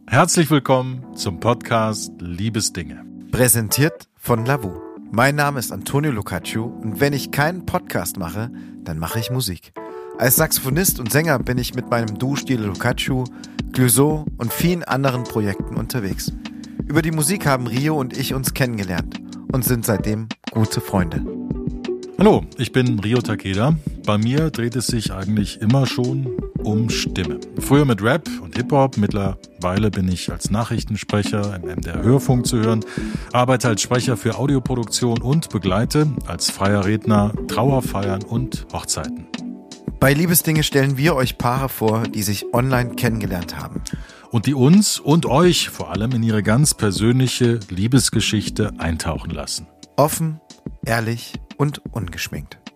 Herzlich willkommen zum Podcast Liebesdinge. Präsentiert von Lavu. Mein Name ist Antonio Lucaccio und wenn ich keinen Podcast mache, dann mache ich Musik. Als Saxophonist und Sänger bin ich mit meinem Duo Stile Lucaccio, Clouseau und vielen anderen Projekten unterwegs. Über die Musik haben Rio und ich uns kennengelernt und sind seitdem gute Freunde. Hallo, ich bin Rio Takeda. Bei mir dreht es sich eigentlich immer schon um Stimme. Früher mit Rap und Hip-Hop, mittlerweile bin ich als Nachrichtensprecher im MDR Hörfunk zu hören, arbeite als Sprecher für Audioproduktion und begleite als freier Redner Trauerfeiern und Hochzeiten. Bei Liebesdinge stellen wir euch Paare vor, die sich online kennengelernt haben. Und die uns und euch vor allem in ihre ganz persönliche Liebesgeschichte eintauchen lassen. Offen, ehrlich und ungeschminkt.